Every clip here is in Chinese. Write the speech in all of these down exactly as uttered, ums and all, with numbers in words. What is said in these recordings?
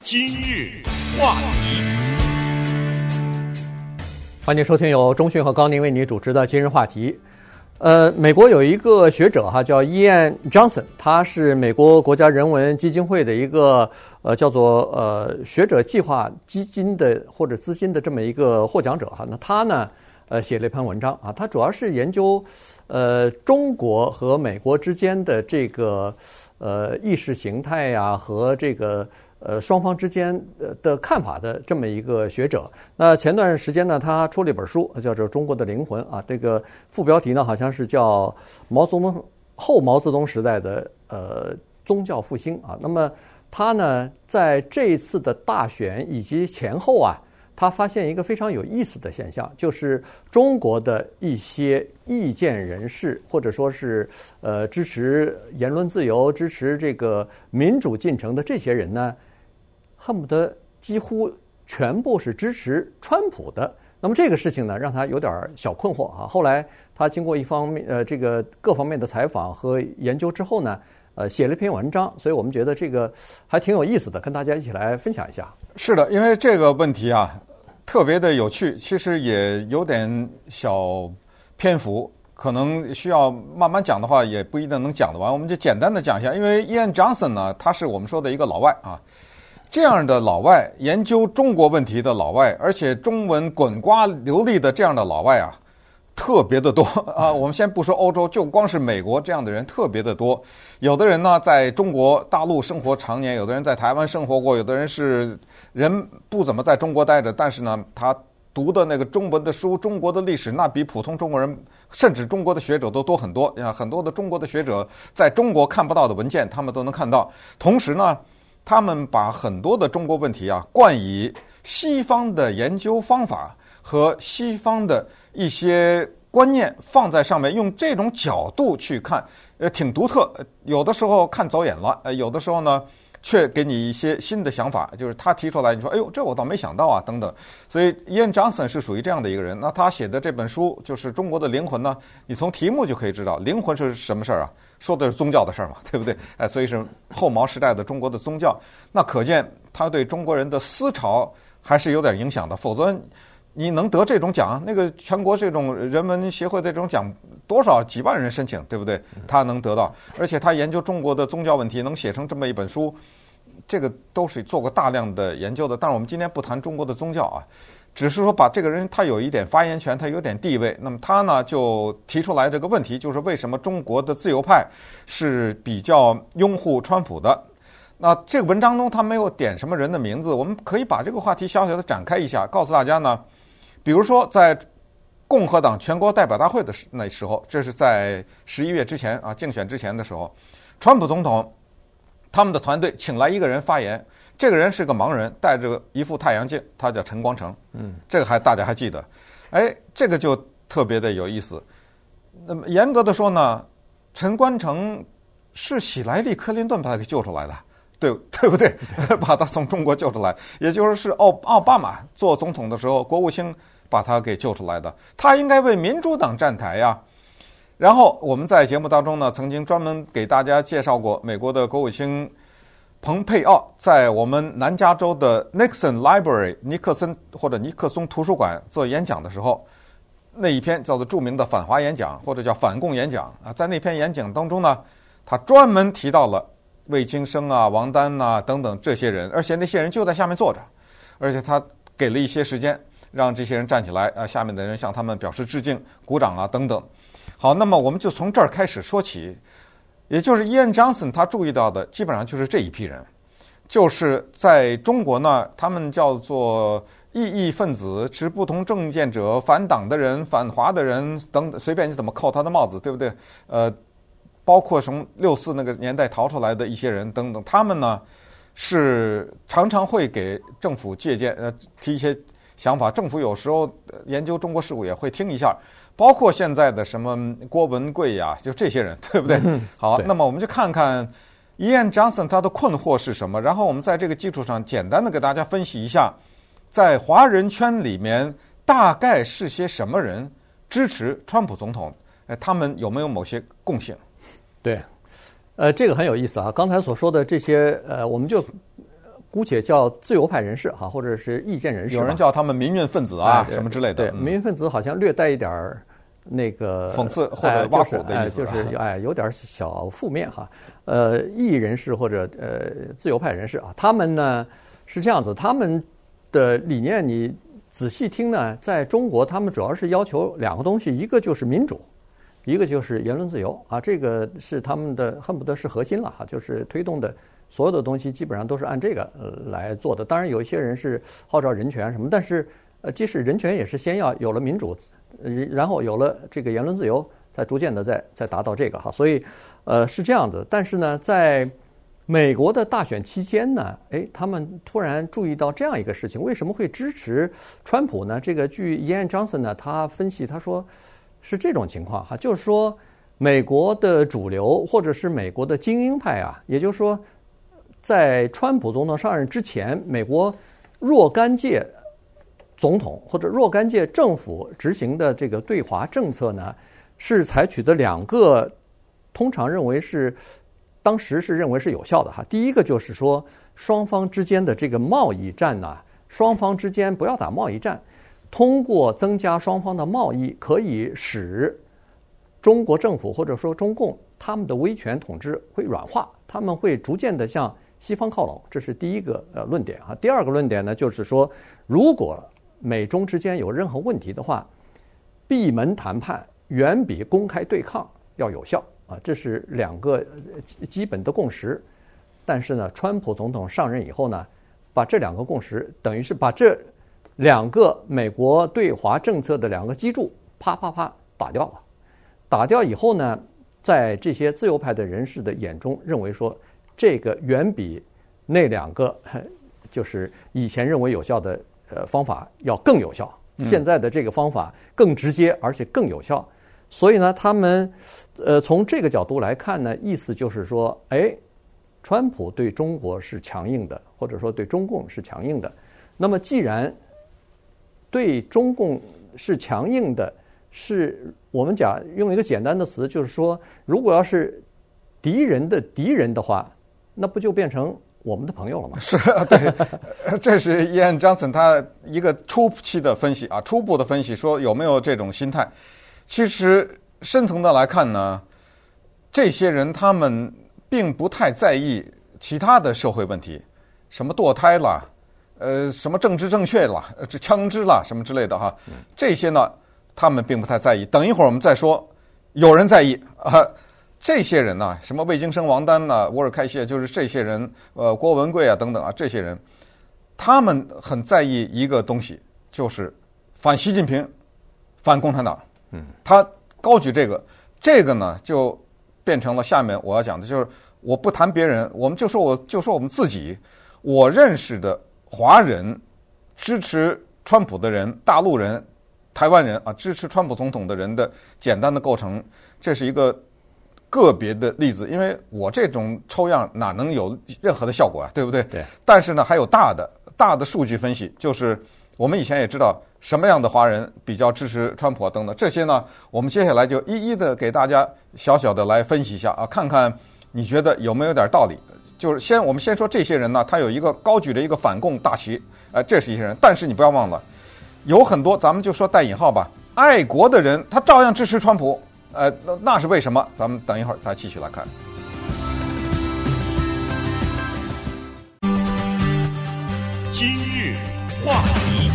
今日话题， 欢迎收听由钟讯和高宁为你主持的今日话题。呃，美国有一个学者哈，叫 Ian Johnson， 他是美国国家人文基金会的一个呃叫做呃学者计划基金的或者资金的这么一个获奖者哈。那他呢呃写了一篇文章啊，他主要是研究呃中国和美国之间的这个呃意识形态呀、啊、和这个呃双方之间的看法的这么一个学者。那前段时间呢，他出了一本书，叫做《中国的灵魂》啊。这个副标题呢，好像是叫毛泽东后毛泽东时代的呃宗教复兴啊。那么他呢，在这一次的大选以及前后啊，他发现一个非常有意思的现象，就是中国的一些意见人士，或者说是呃支持言论自由、支持这个民主进程的这些人呢，恨不得几乎全部是支持川普的。那么这个事情呢，让他有点小困惑啊。后来他经过一方面呃这个各方面的采访和研究之后呢，呃写了一篇文章，所以我们觉得这个还挺有意思的，跟大家一起来分享一下。 是的，因为这个问题啊特别的有趣，其实也有点小篇幅，可能需要慢慢讲的话，也不一定能讲得完。我们就简单的讲一下，因为 Ian Johnson 呢，他是我们说的一个老外啊。这样的老外，研究中国问题的老外，而且中文滚瓜流利的这样的老外啊，特别的多啊。我们先不说欧洲，就光是美国这样的人特别的多。有的人呢在中国大陆生活常年，有的人在台湾生活过，有的人是人不怎么在中国待着，但是呢他读的那个中文的书，中国的历史，那比普通中国人甚至中国的学者都多很多啊。很多的中国的学者在中国看不到的文件，他们都能看到。同时呢，他们把很多的中国问题啊冠以西方的研究方法和西方的一些观念放在上面，用这种角度去看，呃，挺独特。有的时候看走眼了，呃，有的时候呢却给你一些新的想法，就是他提出来，你说，哎呦，这我倒没想到啊，等等。所以 Ian Johnson 是属于这样的一个人。那他写的这本书就是《中国的灵魂》呢，你从题目就可以知道，灵魂是什么事儿啊？说的是宗教的事儿嘛，对不对？哎，所以是后毛时代的中国的宗教。那可见他对中国人的思潮还是有点影响的，否则你能得这种奖？那个全国这种人文协会的这种奖，多少几万人申请，对不对？他能得到，而且他研究中国的宗教问题，能写成这么一本书，这个都是做过大量的研究的。但是我们今天不谈中国的宗教啊，只是说把这个人他有一点发言权，他有点地位。那么他呢就提出来这个问题，就是为什么中国的自由派是比较拥护川普的？那这个文章中他没有点什么人的名字，我们可以把这个话题小小的展开一下，告诉大家呢。比如说，在共和党全国代表大会的那时候，这是在十一月之前啊，竞选之前的时候，川普总统他们的团队请来一个人发言，这个人是个盲人，戴着一副太阳镜，他叫陈光诚。嗯，这个还大家还记得？哎，这个就特别的有意思。那么严格的说呢，陈光诚是希莱利·克林顿把他给救出来的。对对不对？把他从中国救出来，也就是是奥奥巴马做总统的时候，国务卿把他给救出来的。他应该为民主党站台呀。然后我们在节目当中呢，曾经专门给大家介绍过美国的国务卿蓬佩奥在我们南加州的 Nixon Library 尼克森或者尼克松图书馆做演讲的时候，那一篇叫做著名的反华演讲，或者叫反共演讲啊。在那篇演讲当中呢，他专门提到了魏京生啊、王丹啊等等这些人，而且那些人就在下面坐着，而且他给了一些时间让这些人站起来啊，下面的人向他们表示致敬、鼓掌啊等等。好，那么我们就从这儿开始说起，也就是 Ian Johnson 他注意到的基本上就是这一批人，就是在中国呢，他们叫做异议分子，持不同政见者、反党的人、反华的人等等，随便你怎么扣他的帽子，对不对？呃。包括从六四那个年代逃出来的一些人等等，他们呢是常常会给政府借鉴，呃，提一些想法。政府有时候研究中国事务也会听一下，包括现在的什么郭文贵呀，就这些人，对不对？ 嗯、 好， 对， 那么我们就看看 Ian Johnson 他的困惑是什么，然后我们在这个基础上简单的给大家分析一下，在华人圈里面大概是些什么人支持川普总统，哎，他们有没有某些共性？ 对，呃，这个很有意思啊。刚才所说的这些，呃，我们就姑且叫自由派人士哈，或者是意见人士， 有人叫他们民运分子啊、 哎、 什么之类的。 对， 嗯、 民运分子好像略带一点儿那个讽刺或者挖苦的意思， 哎、就是、哎、就是哎有点小负面哈。呃，异议人士或者呃自由派人士啊，他们呢是这样子，他们的理念你仔细听呢，在中国他们主要是要求两个东西，一个就是民主，一个就是言论自由啊，这个是他们的恨不得是核心了哈，就是推动的所有的东西基本上都是按这个呃来做的。当然有一些人是号召人权什么，但是呃即使人权也是先要有了民主，然后有了这个言论自由，才逐渐的再再达到这个哈。所以呃是这样子。但是呢，在美国的大选期间呢，哎，他们突然注意到这样一个事情，为什么会支持川普呢？这个据 Ian Johnson 呢，他分析他说是这种情况哈，就是说美国的主流或者是美国的精英派啊，也就是说在川普总统上任之前，美国若干届总统或者若干届政府执行的这个对华政策呢，是采取的两个通常认为是当时是认为是有效的哈。第一个就是说双方之间的这个贸易战呢、啊，双方之间不要打贸易战，通过增加双方的贸易，可以使中国政府或者说中共他们的威权统治会软化，他们会逐渐的向西方靠拢，这是第一个呃论点啊。第二个论点呢，就是说如果美中之间有任何问题的话，闭门谈判远比公开对抗要有效啊，这是两个基本的共识。但是呢，川普总统上任以后呢，把这两个共识，等于是把这两个美国对华政策的两个基柱啪啪啪打掉了。打掉以后呢，在这些自由派的人士的眼中，认为说这个远比那两个就是以前认为有效的呃方法要更有效。现在的这个方法更直接，而且更有效。所以呢，他们呃从这个角度来看呢，意思就是说，哎，川普对中国是强硬的，或者说对中共是强硬的。那么既然对中共是强硬的，是我们讲用一个简单的词，就是说，如果要是敌人的敌人的话，那不就变成我们的朋友了吗？ 是啊，对，这是伊安·张森他一个初期的分析啊，初步的分析说有没有这种心态。其实深层的来看呢，这些人他们并不太在意其他的社会问题，什么堕胎啦，呃，什么政治正确啦，这枪支啦，什么之类的哈，这些呢他们并不太在意。等一会儿我们再说，有人在意啊。这些人呢、啊，什么魏京生、王丹呐、沃尔开谢，就是这些人，呃，郭文贵啊等等啊，这些人，他们很在意一个东西，就是反习近平、反共产党。嗯，他高举这个，这个呢就变成了下面我要讲的，就是我不谈别人，我们就说我就说我们自己，我认识的华人支持川普的人、大陆人、台湾人啊，支持川普总统的人的简单的构成，这是一个个别的例子，因为我这种抽样哪能有任何的效果啊，对不对？ 对。 但是呢，还有大的大的数据分析，就是我们以前也知道什么样的华人比较支持川普等等，这些呢，我们接下来就一一的给大家小小的来分析一下啊，看看你觉得有没有点道理。就是先我们先说这些人呢，他有一个高举的一个反共大旗，呃，这是一些人，但是你不要忘了，有很多咱们就说带引号吧，爱国的人，他照样支持川普。呃，那那是为什么？咱们等一会儿再继续来看。 今日话题，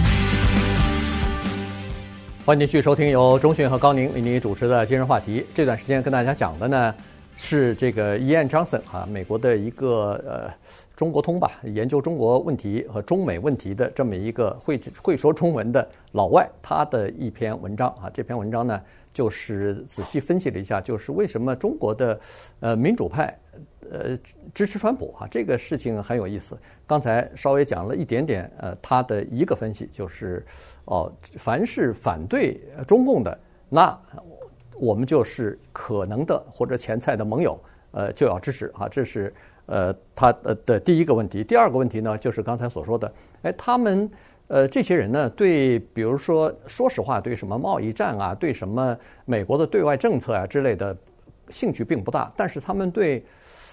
欢迎继续收听由钟迅和高宁为你主持的今日话题。这段时间跟大家讲的呢是这个 Ian Johnson 啊，美国的一个呃中国通吧，研究中国问题和中美问题的这么一个会会说中文的老外，他的一篇文章啊，这篇文章呢。就是仔细分析了一下，就是为什么中国的呃民主派呃支持川普啊，这个事情很有意思。刚才稍微讲了一点点，呃，他的一个分析就是哦，凡是反对中共的，那我们就是可能的或者潜在的盟友，呃，就要支持啊，这是呃他的的第一个问题。第二个问题呢，就是刚才所说的，哎，他们。呃，这些人呢，对，比如说，说实话，对什么贸易战啊，对什么美国的对外政策啊之类的，兴趣并不大。但是他们对，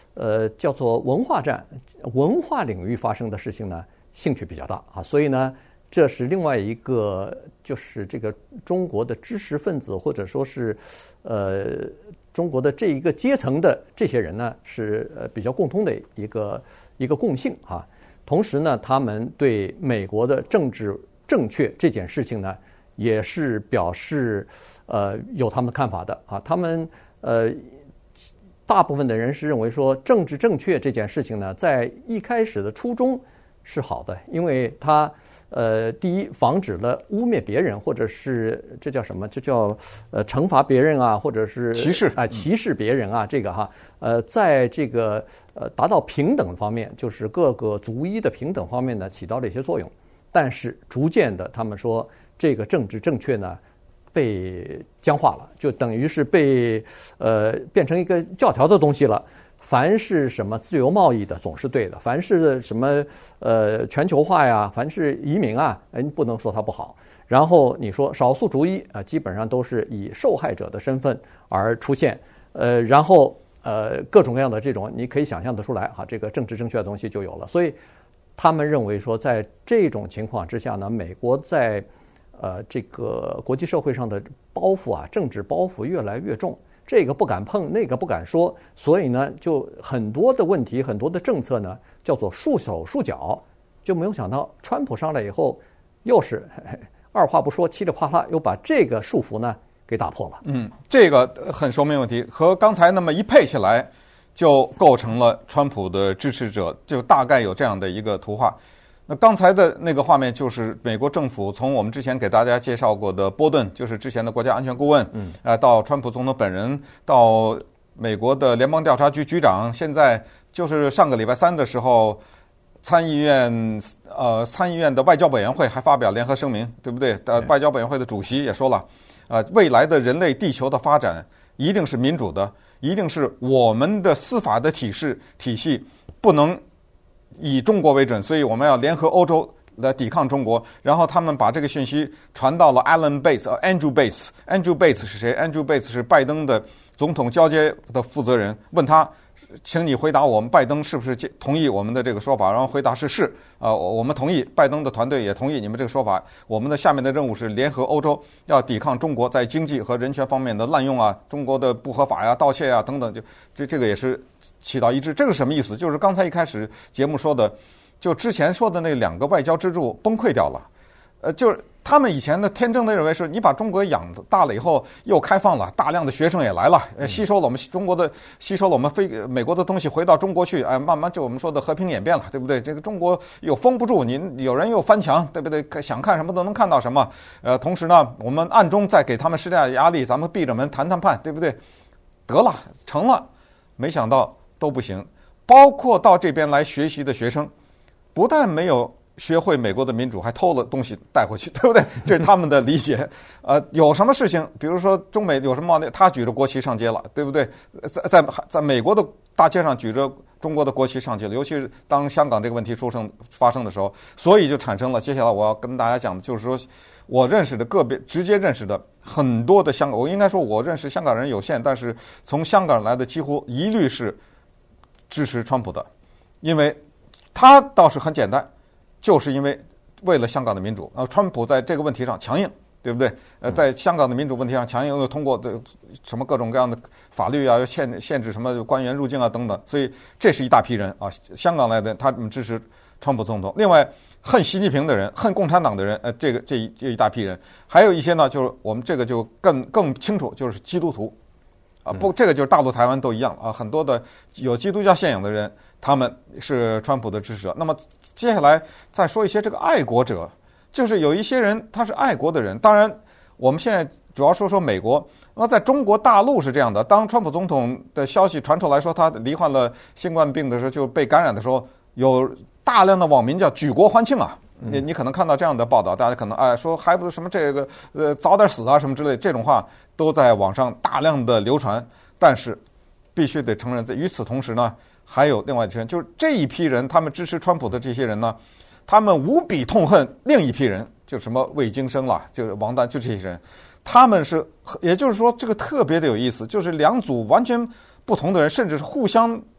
呃叫做文化战、文化领域发生的事情呢，兴趣比较大啊。所以呢，这是另外一个，就是这个中国的知识分子或者说是呃中国的这一个阶层的这些人呢，是呃比较共通的一个一个共性啊。同时呢，他们对美国的政治正确这件事情呢，也是表示呃有他们的看法的啊。他们呃大部分的人是认为说，政治正确这件事情呢，在一开始的初衷是好的，因为它呃第一防止了污蔑别人，或者是这叫什么？这叫呃惩罚别人啊，或者是歧视啊、 呃、歧视别人啊，这个哈呃在这个呃达到平等方面，就是各个族裔的平等方面呢，起到了一些作用。但是逐渐的，他们说这个政治正确呢被僵化了，就等于是被呃变成一个教条的东西了。凡是什么自由贸易的总是对的，凡是什么呃全球化呀，凡是移民啊，哎，你不能说它不好。然后你说少数族裔啊，基本上都是以受害者的身份而出现，呃，然后呃各种各样的这种你可以想象得出来哈，这个政治正确的东西就有了。所以他们认为说，在这种情况之下呢，美国在呃这个国际社会上的包袱啊，政治包袱越来越重，这个不敢碰，那个不敢说，所以呢，就很多的问题，很多的政策呢，叫做束手束脚。就没有想到，川普上来以后，又是二话不说，噼里啪啦又把这个束缚呢给打破了。 嗯，这个很说明问题，和刚才那么一配起来，就构成了川普的支持者，就大概有这样的一个图画。那刚才的那个画面就是美国政府从我们之前给大家介绍过的波顿，就是之前的国家安全顾问，嗯，呃，到川普总统本人，到美国的联邦调查局局长，现在就是上个礼拜三的时候，参议院呃参议院的外交委员会还发表联合声明，对不对？呃，外交委员会的主席也说了，呃，未来的人类地球的发展一定是民主的。一定是我们的司法的体系体系不能以中国为准，所以我们要联合欧洲来抵抗中国。然后他们把这个讯息传到了 Alan Bates 呃 Andrew Bates。Andrew Bates 是谁 ？Andrew Bates 是拜登的总统交接的负责人。问他，请你回答我们拜登是不是同意我们的这个说法？然后回答是是，啊、呃，我们同意，拜登的团队也同意你们这个说法。我们的下面的任务是联合欧洲，要抵抗中国在经济和人权方面的滥用啊，中国的不合法呀、盗窃啊等等，就这这个也是起到一致。这个什么意思？就是刚才一开始节目说的，就之前说的那两个外交支柱崩溃掉了。呃，就是他们以前的天真的认为是你把中国养大了以后又开放了，大量的学生也来了，呃，吸收了我们中国的吸收了我们非美国的东西回到中国去，哎，慢慢就我们说的和平演变了，对不对？这个中国又封不住，您有人又翻墙，对不对？想看什么都能看到什么。呃，同时呢，我们暗中再给他们施加压力，咱们闭着门谈谈判，对不对？得了，成了，没想到都不行。包括到这边来学习的学生，不但没有学会美国的民主，还偷了东西带回去，对不对？这是他们的理解。呃，有什么事情，比如说中美有什么贸易，他举着国旗上街了，对不对？在在在美国的大街上举着中国的国旗上街了，尤其是当香港这个问题出生发生的时候，所以就产生了接下来我要跟大家讲的，就是说我认识的个别直接认识的很多的香港，我应该说我认识香港人有限，但是从香港来的几乎一律是支持川普的，因为他倒是很简单。就是因为为了香港的民主，呃，川普在这个问题上强硬，对不对？呃，在香港的民主问题上强硬，又通过的什么各种各样的法律啊，又限限制什么官员入境啊等等，所以这是一大批人啊，香港来的他们支持川普总统。另外，恨习近平的人，恨共产党的人，呃，这个这一这一大批人，还有一些呢，就是我们这个就更更清楚，就是基督徒。啊，不，这个就是大陆、台湾都一样啊，很多的有基督教信仰的人，他们是川普的支持者。那么接下来再说一些这个爱国者，就是有一些人他是爱国的人。当然，我们现在主要说说美国。那在中国大陆是这样的，当川普总统的消息传出来说他罹患了新冠病的时候，就被感染的时候，有大量的网民叫举国欢庆啊。你你可能看到这样的报道，大家可能哎说还不是什么这个呃早点死啊什么之类，这种话都在网上大量的流传。但是必须得承认，在与此同时呢，还有另外一批人，就是这一批人，他们支持川普的这些人呢，他们无比痛恨另一批人，就什么魏京生啦，就是王丹，就这些人，他们是，也就是说这个特别的有意思，就是两组完全不同的人，甚至是互相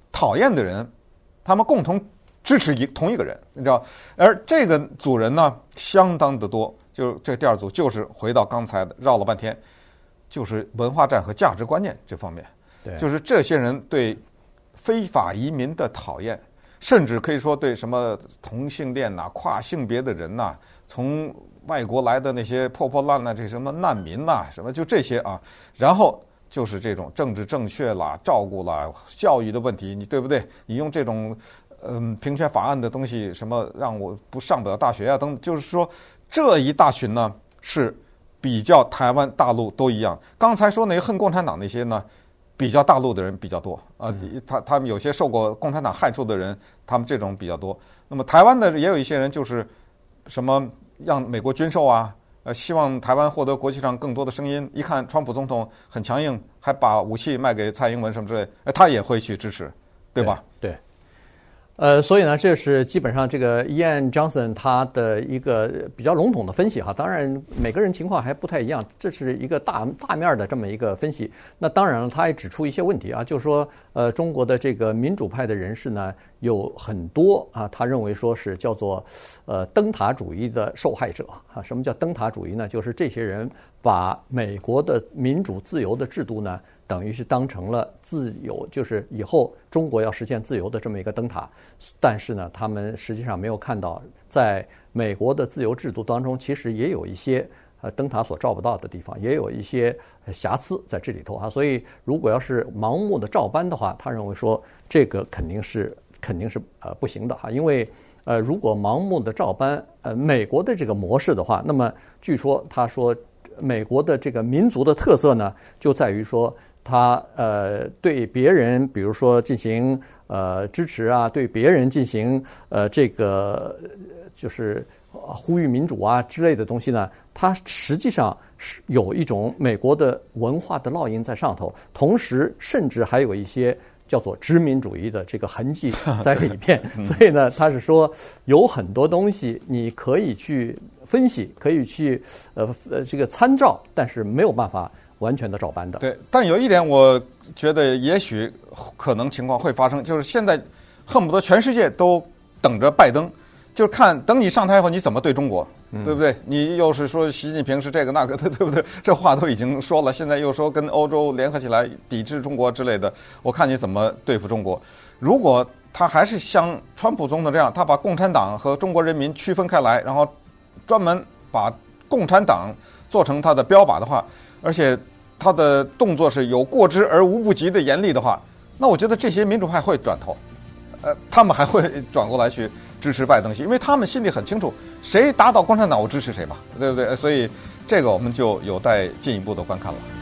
讨厌的人，他们共同支持一同一个人，你知道？而这个组人呢，相当的多。就这第二组就是回到刚才的绕了半天，就是文化战和价值观念这方面。 对， 就是这些人对非法移民的讨厌，甚至可以说对什么同性恋呐、跨性别的人呐、从外国来的那些破破烂烂这什么难民呐、什么就这些啊，然后就是这种政治正确啦、照顾啦、教育的问题，你对不对？你用这种嗯平权法案的东西，什么让我不上不了大学啊等，就是说这一大群呢是比较台湾、大陆都一样。刚才说那个恨共产党那些呢，比较大陆的人比较多啊，他他们有些受过共产党害处的人，他们这种比较多。那么台湾的也有一些人，就是什么让美国军售啊，呃，希望台湾获得国际上更多的声音。一看川普总统很强硬，还把武器卖给蔡英文什么之类，呃，他也会去支持，对吧？ 对。对呃，所以呢，这是基本上这个 Ian Johnson 他的一个比较笼统的分析哈。当然，每个人情况还不太一样，这是一个大大面的这么一个分析。那当然了，他也指出一些问题啊，就是说，呃，中国的这个民主派的人士呢，有很多啊，他认为说是叫做呃灯塔主义的受害者啊。什么叫灯塔主义呢？就是这些人把美国的民主自由的制度呢，等于是当成了自由，就是以后中国要实现自由的这么一个灯塔。但是呢，他们实际上没有看到，在美国的自由制度当中，其实也有一些呃灯塔所照不到的地方，也有一些瑕疵在这里头啊。所以，如果要是盲目的照搬的话，他认为说这个肯定是肯定是呃不行的哈，因为呃如果盲目的照搬呃美国的这个模式的话，那么据说他说美国的这个民族的特色呢，就在于说。他呃对别人，比如说进行呃支持啊，对别人进行呃这个就是呼吁民主啊之类的东西呢，它实际上是有一种美国的文化的烙印在上头，同时甚至还有一些叫做殖民主义的这个痕迹在里边。所以呢，他是说有很多东西你可以去分析，可以去呃呃这个参照，但是没有办法。完全的照搬的。 对，但有一点我觉得也许可能情况会发生，就是现在恨不得全世界都等着拜登，就是看等你上台以后你怎么对中国，嗯、对不对？你又是说习近平是这个那个的，对不对？这话都已经说了，现在又说跟欧洲联合起来抵制中国之类的，我看你怎么对付中国。如果他还是像川普总统这样，他把共产党和中国人民区分开来，然后专门把共产党做成他的标靶的话，而且他的动作是有过之而无不及的严厉的话，那我觉得这些民主派会转头，呃，他们还会转过来去支持拜登系，因为他们心里很清楚，谁打倒共产党，我支持谁嘛，对不对？所以这个我们就有待进一步的观看了。